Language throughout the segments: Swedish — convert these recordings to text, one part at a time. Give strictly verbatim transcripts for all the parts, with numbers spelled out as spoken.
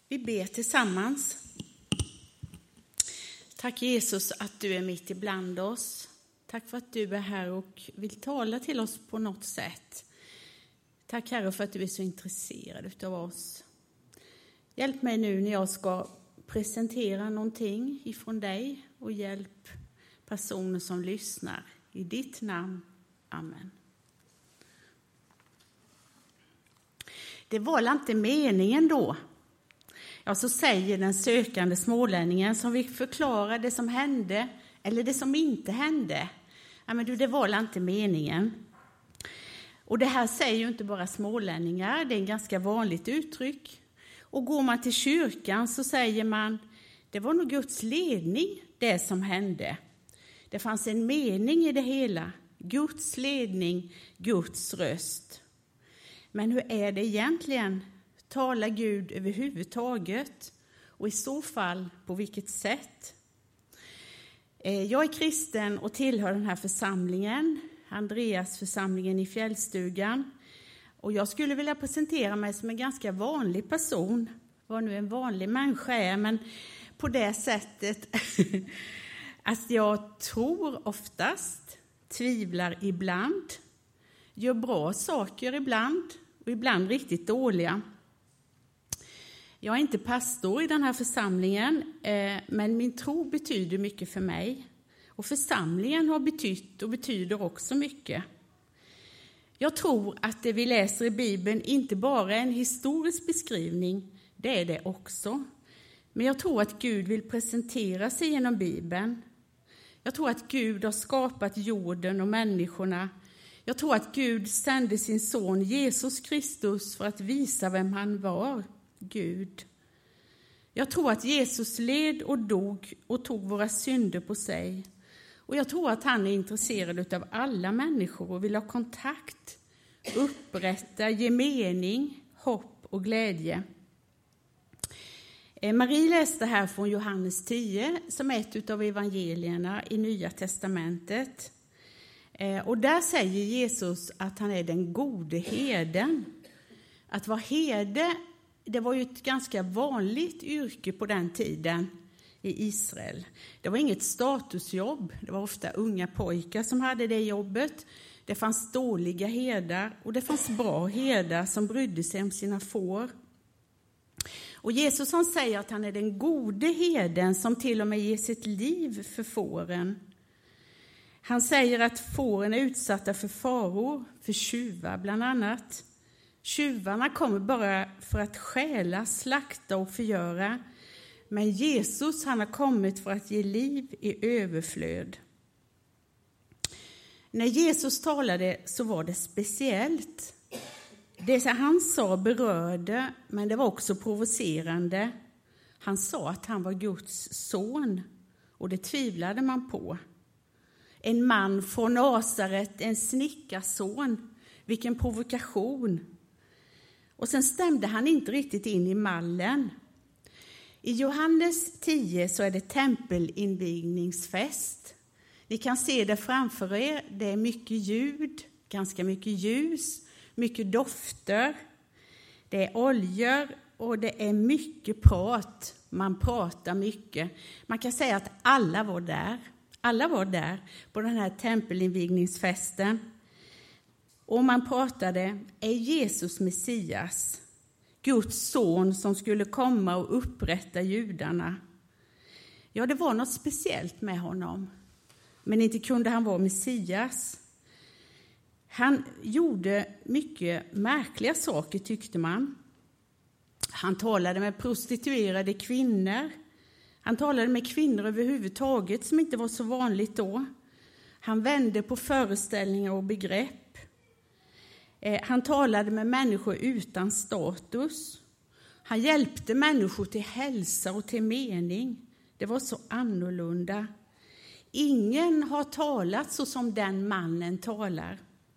Vi ber tillsammans. Tack Jesus att du är mitt ibland oss. Tack för att du är här och vill tala till oss på något sätt. Tack Herre för att du är så intresserad av oss. Hjälp mig nu när jag ska presentera någonting ifrån dig och hjälp personer som lyssnar. I ditt namn. Amen. Det var inte meningen då. Ja, så säger den sökande smålänningen som vill förklara det som hände eller det som inte hände. Ja, men du, det var inte meningen. Och det här säger ju inte bara smålänningar, det är en ganska vanligt uttryck. Och går man till kyrkan så säger man, det var nog Guds ledning det som hände. Det fanns en mening i det hela, Guds ledning, Guds röst. Men hur är det egentligen? Talar Gud överhuvudtaget? Och i så fall, på vilket sätt? Jag är kristen och tillhör den här församlingen, Andreas församlingen i Fjällstugan. Och jag skulle vilja presentera mig som en ganska vanlig person. Vad nu en vanlig människa är, men på det sättet att jag tror oftast, tvivlar ibland, gör bra saker ibland och ibland riktigt dåliga. Jag är inte pastor i den här församlingen, men min tro betyder mycket för mig. Och församlingen har betytt och betyder också mycket. Jag tror att det vi läser i Bibeln inte bara är en historisk beskrivning, det är det också. Men jag tror att Gud vill presentera sig genom Bibeln. Jag tror att Gud har skapat jorden och människorna. Jag tror att Gud sände sin son Jesus Kristus för att visa vem han var, Gud. Jag tror att Jesus led och dog och tog våra synder på sig. Och jag tror att han är intresserad av alla människor och vill ha kontakt, upprätta, ge mening, hopp och glädje. Marie läste här från Johannes tio som är ett av evangelierna i Nya testamentet. Och där säger Jesus att han är den gode herden. Att vara herde, det var ju ett ganska vanligt yrke på den tiden i Israel. Det var inget statusjobb, det var ofta unga pojkar som hade det jobbet. Det fanns dåliga herdar och det fanns bra herdar som brydde sig om sina får. Och Jesus han säger att han är den gode herden som till och med ger sitt liv för fåren. Han säger att fåren är utsatta för faror, för tjuvar bland annat. Tjuvarna kommer bara för att stjäla, slakta och förgöra. Men Jesus han har kommit för att ge liv i överflöd. När Jesus talade så var det speciellt. Det som han sa berörde, men det var också provocerande. Han sa att han var Guds son och det tvivlade man på. En man från Nasaret, en snickarson. Vilken provokation. Och sen stämde han inte riktigt in i mallen. I Johannes tio så är det tempelinvigningsfest. Ni kan se det framför er. Det är mycket ljud, ganska mycket ljus, mycket dofter. Det är oljor och det är mycket prat. Man pratar mycket. Man kan säga att alla var där. Alla var där på den här tempelinvigningsfesten. Och man pratade, är Jesus Messias, Guds son som skulle komma och upprätta judarna? Ja, det var något speciellt med honom. Men inte kunde han vara Messias. Han gjorde mycket märkliga saker tyckte man. Han talade med prostituerade kvinnor. Han talade med kvinnor överhuvudtaget som inte var så vanligt då. Han vände på föreställningar och begrepp. Han talade med människor utan status. Han hjälpte människor till hälsa och till mening. Det var så annorlunda. Ingen har talat så som den mannen talar.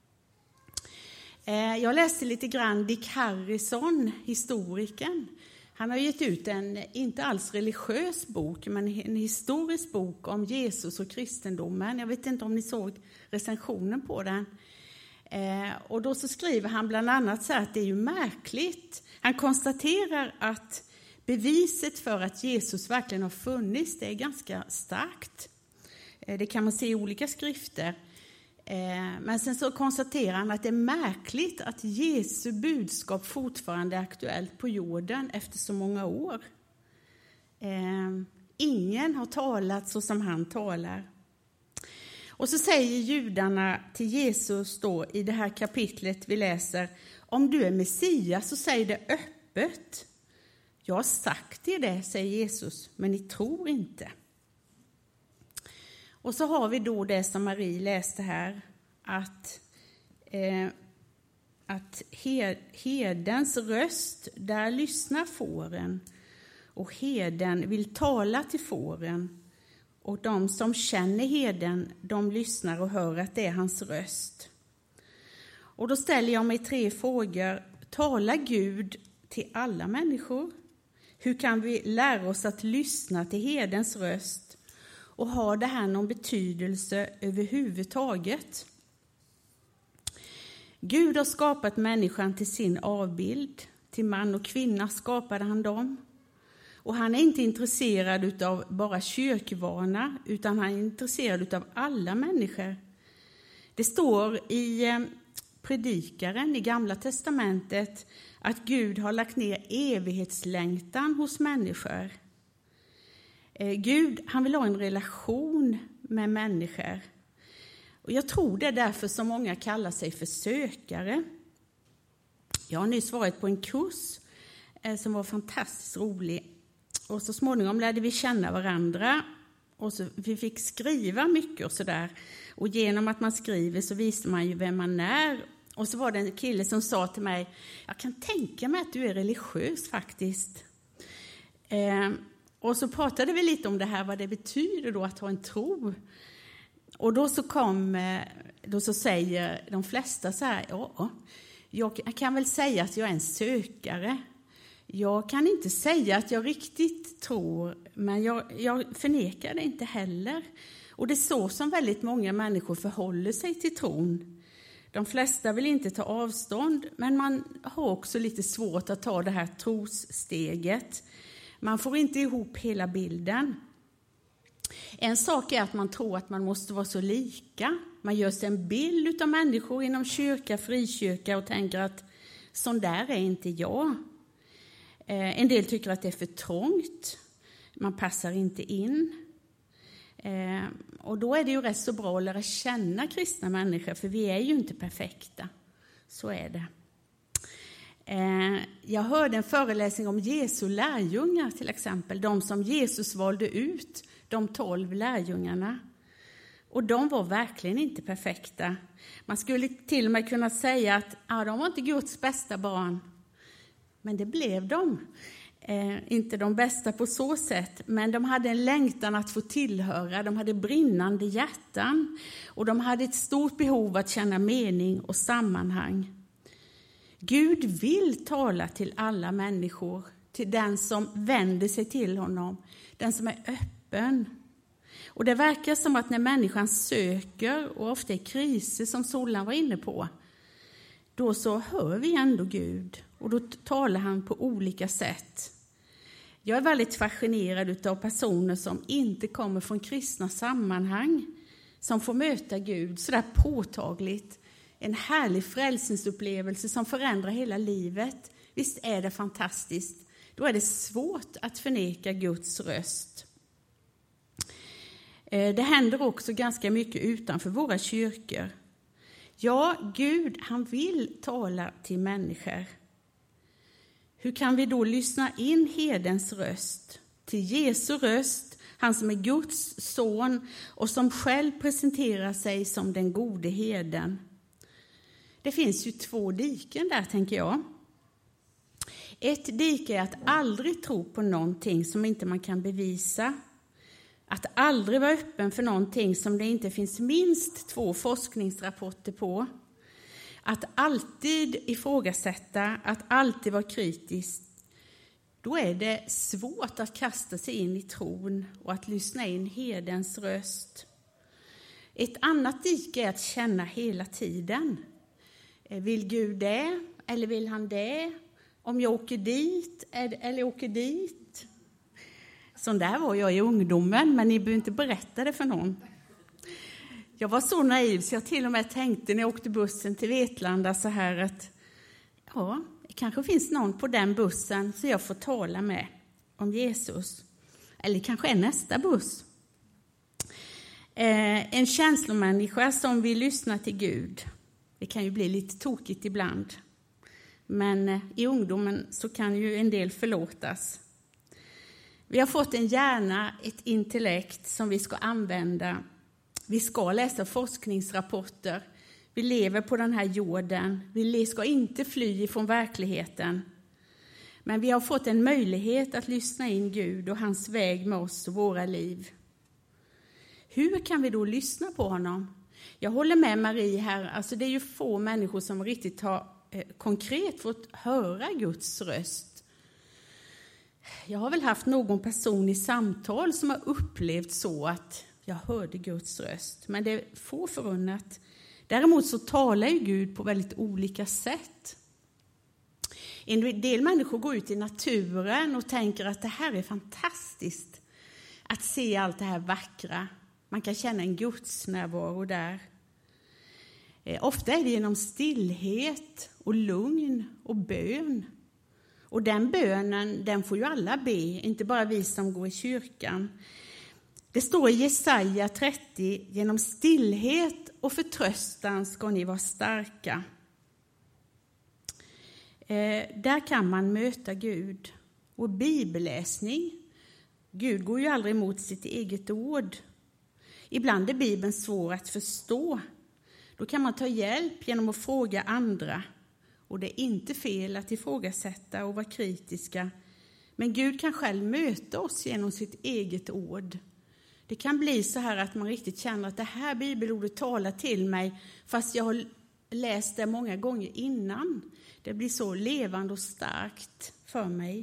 Jag läste lite grann Dick Harrison, historikern. Han har gett ut en inte alls religiös bok, men en historisk bok om Jesus och kristendomen. Jag vet inte om ni såg recensionen på den. Eh, och då så skriver han bland annat så här att det är ju märkligt. Han konstaterar att beviset för att Jesus verkligen har funnits, det är ganska starkt. Det kan man se i olika skrifter. Men sen så konstaterar han att det är märkligt att Jesu budskap fortfarande är aktuellt på jorden efter så många år. Ingen har talat så som han talar. Och så säger judarna till Jesus då i det här kapitlet vi läser: om du är Messias så säg det öppet. Jag har sagt er det, säger Jesus, men ni tror inte. Och så har vi då det som Marie läste här, att, eh, att herdens röst, där lyssnar fåren, och herden vill tala till fåren, och de som känner herden, de lyssnar och hör att det är hans röst. Och då ställer jag mig tre frågor. Talar Gud till alla människor? Hur kan vi lära oss att lyssna till herdens röst? Och har det här någon betydelse överhuvudtaget? Gud har skapat människan till sin avbild. Till man och kvinna skapade han dem. Och han är inte intresserad av bara kyrkvana, utan han är intresserad av alla människor. Det står i Predikaren i Gamla testamentet att Gud har lagt ner evighetslängtan hos människor. Gud, han vill ha en relation med människor. Och jag tror det är därför så många kallar sig för sökare. Jag har nyss varit på en kurs som var fantastiskt rolig. Och så småningom lärde vi känna varandra. Och så vi fick skriva mycket och sådär. Och genom att man skriver så visar man ju vem man är. Och så var det en kille som sa till mig: jag kan tänka mig att du är religiös faktiskt. Eh, och så pratade vi lite om det här, vad det betyder då att ha en tro. Och då så kom, då så säger de flesta så här: ja, jag kan väl säga att jag är en sökare. Jag kan inte säga att jag riktigt tror, men jag, jag förnekar det inte heller. Och det är så som väldigt många människor förhåller sig till tron. De flesta vill inte ta avstånd, men man har också lite svårt att ta det här trossteget. Man får inte ihop hela bilden. En sak är att man tror att man måste vara så lika. Man gör sig en bild av människor inom kyrka, frikyrka och tänker att sån där är inte jag. En del tycker att det är för trångt. Man passar inte in. Och då är det ju rätt så bra att lära känna kristna människor, för vi är ju inte perfekta. Så är det. Jag hörde en föreläsning om Jesu lärjungar till exempel. De som Jesus valde ut, de tolv lärjungarna. Och de var verkligen inte perfekta. Man skulle till och med kunna säga att ja, de var inte Guds bästa barn. Men det blev de. Eh, inte de bästa på så sätt. Men de hade en längtan att få tillhöra. De hade brinnande hjärtan. Och de hade ett stort behov att känna mening och sammanhang. Gud vill tala till alla människor. Till den som vänder sig till honom. Den som är öppen. Och det verkar som att när människan söker, och ofta i kriser som Solan var inne på, då så hör vi ändå Gud. Och då talar han på olika sätt. Jag är väldigt fascinerad av personer som inte kommer från kristna sammanhang. Som får möta Gud så där påtagligt. En härlig frälsningsupplevelse som förändrar hela livet. Visst är det fantastiskt. Då är det svårt att förneka Guds röst. Det händer också ganska mycket utanför våra kyrkor. Ja, Gud, han vill tala till människor. Hur kan vi då lyssna in herdens röst? Till Jesu röst, han som är Guds son och som själv presenterar sig som den gode herden. Det finns ju två diken där, tänker jag. Ett dike är att aldrig tro på någonting som inte man kan bevisa. Att aldrig vara öppen för någonting som det inte finns minst två forskningsrapporter på. Att alltid ifrågasätta, att alltid vara kritisk. Då är det svårt att kasta sig in i tron och att lyssna in herdens röst. Ett annat dike är att känna hela tiden. Vill Gud det? Eller vill han det? om jag åker dit eller åker dit. Så där var jag i ungdomen, men ni behöver inte berätta det för någon. Jag var så naiv så jag till och med tänkte när jag åkte bussen till Vetlanda så här att ja, det kanske finns någon på den bussen så jag får tala med om Jesus. Eller kanske är nästa buss. Eh, en känslomänniska som vill lyssna till Gud. Det kan ju bli lite tokigt ibland. Men eh, i ungdomen så kan ju en del förlåtas. Vi har fått en hjärna, ett intellekt som vi ska använda. Vi ska läsa forskningsrapporter. Vi lever på den här jorden. Vi ska inte fly från verkligheten. Men vi har fått en möjlighet att lyssna in Gud och hans väg med oss och våra liv. Hur kan vi då lyssna på honom? Jag håller med Marie här. Alltså det är ju få människor som riktigt har eh, konkret fått höra Guds röst. Jag har väl haft någon person i samtal som har upplevt så att jag hörde Guds röst. Men det är få förunnat. Däremot så talar ju Gud på väldigt olika sätt. En del människor går ut i naturen och tänker att det här är fantastiskt. Att se allt det här vackra. Man kan känna en Guds närvaro där. Eh, ofta är det genom stillhet och lugn och bön. Och den bönen, den får ju alla be, inte bara vi som går i kyrkan. Det står i Jesaja trettio, genom stillhet och förtröstan ska ni vara starka. Eh, där kan man möta Gud. Och bibelläsning, Gud går ju aldrig emot sitt eget ord. Ibland är Bibeln svår att förstå. Då kan man ta hjälp genom att fråga andra. Och det är inte fel att ifrågasätta och vara kritiska. Men Gud kan själv möta oss genom sitt eget ord. Det kan bli så här att man riktigt känner att det här bibelordet talar till mig. Fast jag har läst det många gånger innan. Det blir så levande och starkt för mig.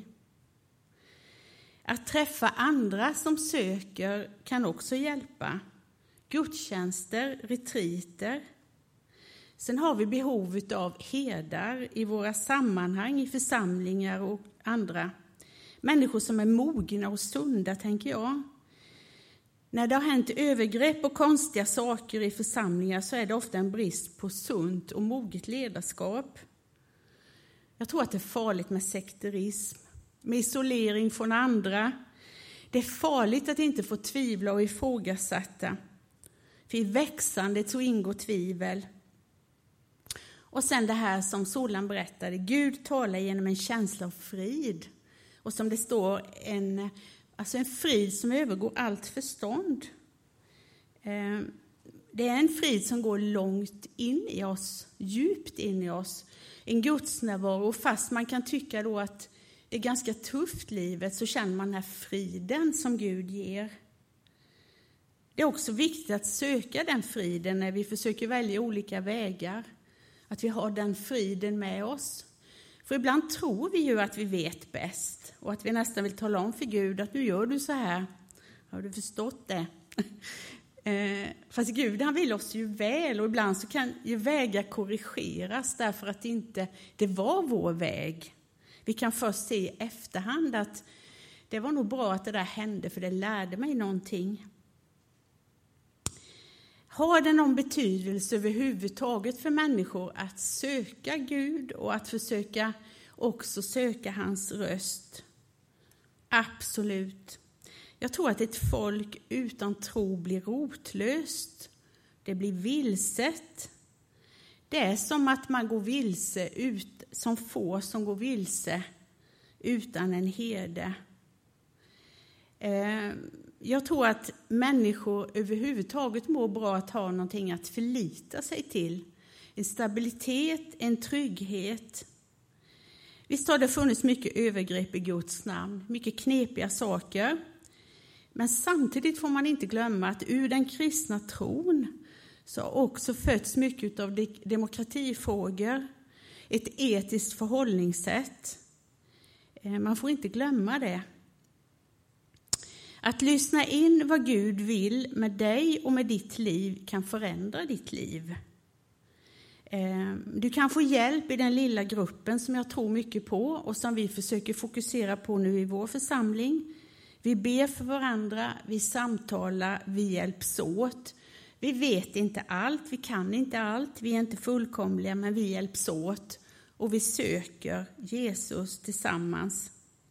Att träffa andra som söker kan också hjälpa. Gudstjänster, retriter. Sen har vi behovet av herdar i våra sammanhang, i församlingar och andra. Människor som är mogna och sunda, tänker jag. När det har hänt övergrepp och konstiga saker i församlingar så är det ofta en brist på sunt och moget ledarskap. Jag tror att det är farligt med sekterism, med isolering från andra. Det är farligt att inte få tvivla och ifrågasätta. För i växandet så ingår tvivel. Och sen det här som Solan berättade. Gud talar genom en känsla av frid. Och som det står, en, alltså en frid som övergår allt förstånd. Det är en frid som går långt in i oss, djupt in i oss. En gudsnärvaro, fast man kan tycka då att det är ganska tufft livet så känner man den här friden som Gud ger. Det är också viktigt att söka den friden när vi försöker välja olika vägar. Att vi har den friden med oss. För ibland tror vi ju att vi vet bäst. Och att vi nästan vill tala om för Gud att nu gör du så här. Har du förstått det? eh, fast Gud han vill oss ju väl. Och ibland så kan ju vägar korrigeras därför att det inte det var vår väg. Vi kan först se i efterhand att det var nog bra att det där hände för det lärde mig någonting. Har det någon betydelse överhuvudtaget för människor att söka Gud och att försöka också söka hans röst? Absolut. Jag tror att ett folk utan tro blir rotlöst. Det blir vilset. Det är som att man går vilse ut, som får som går vilse utan en herde. Eh, Jag tror att människor överhuvudtaget mår bra att ha någonting att förlita sig till. En stabilitet, en trygghet. Visst har det funnits mycket övergrepp i Guds namn, mycket knepiga saker. Men samtidigt får man inte glömma att ur den kristna tron så har också fötts mycket av demokratifrågor, ett etiskt förhållningssätt. Man får inte glömma det. Att lyssna in vad Gud vill med dig och med ditt liv kan förändra ditt liv. Du kan få hjälp i den lilla gruppen som jag tror mycket på och som vi försöker fokusera på nu i vår församling. Vi ber för varandra, vi samtalar, vi hjälps åt. Vi vet inte allt, vi kan inte allt, vi är inte fullkomliga, men vi hjälps åt och vi söker Jesus tillsammans.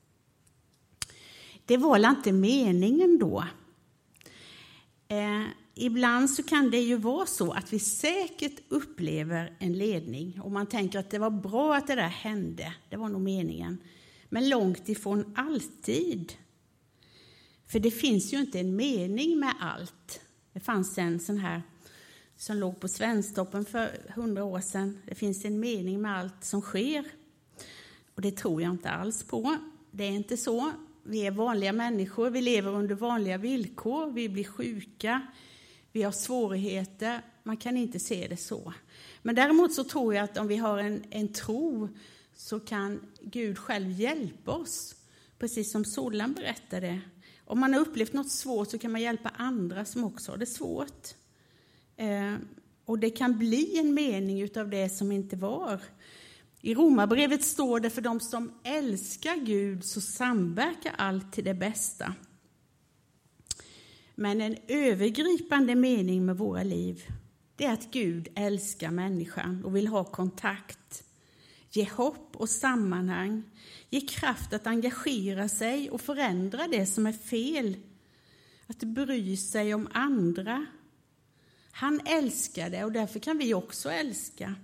Det var inte meningen då. Eh, ibland så kan det ju vara så att vi säkert upplever en ledning och man tänker att det var bra att det där hände, det var nog meningen. Men långt ifrån alltid. För det finns ju inte en mening med allt. Det fanns en sån här som låg på Svensktoppen för hundra år sedan. Det finns en mening med allt som sker. Och det tror jag inte alls på. Det är inte så. Vi är vanliga människor. Vi lever under vanliga villkor. Vi blir sjuka. Vi har svårigheter. Man kan inte se det så. Men däremot så tror jag att om vi har en, en tro så kan Gud själv hjälpa oss. Precis som Solan berättade. Om man har upplevt något svårt så kan man hjälpa andra som också har det svårt. Eh, och det kan bli en mening utav det som inte var. I Romarbrevet står det: för de som älskar Gud så samverkar allt till det bästa. Men en övergripande mening med våra liv, det är att Gud älskar människan och vill ha kontakt. Ge hopp och sammanhang. Ge kraft att engagera sig och förändra det som är fel. Att bry sig om andra. Han älskar det och därför kan vi också älska.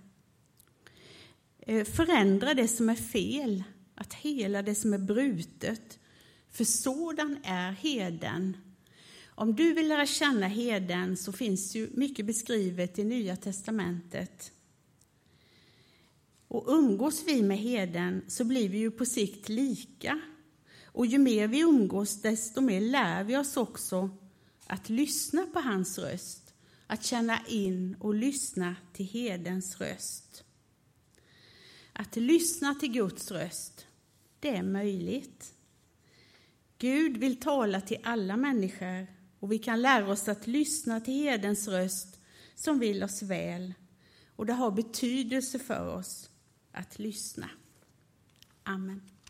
Förändra det som är fel. Att hela det som är brutet. För sådan är herden. Om du vill lära känna herden så finns ju mycket beskrivet i Nya testamentet. Och umgås vi med herden så blir vi ju på sikt lika. Och ju mer vi umgås desto mer lär vi oss också att lyssna på hans röst. Att känna in och lyssna till herdens röst. Att lyssna till Guds röst, det är möjligt. Gud vill tala till alla människor och vi kan lära oss att lyssna till herdens röst som vill oss väl. Och det har betydelse för oss att lyssna. Amen.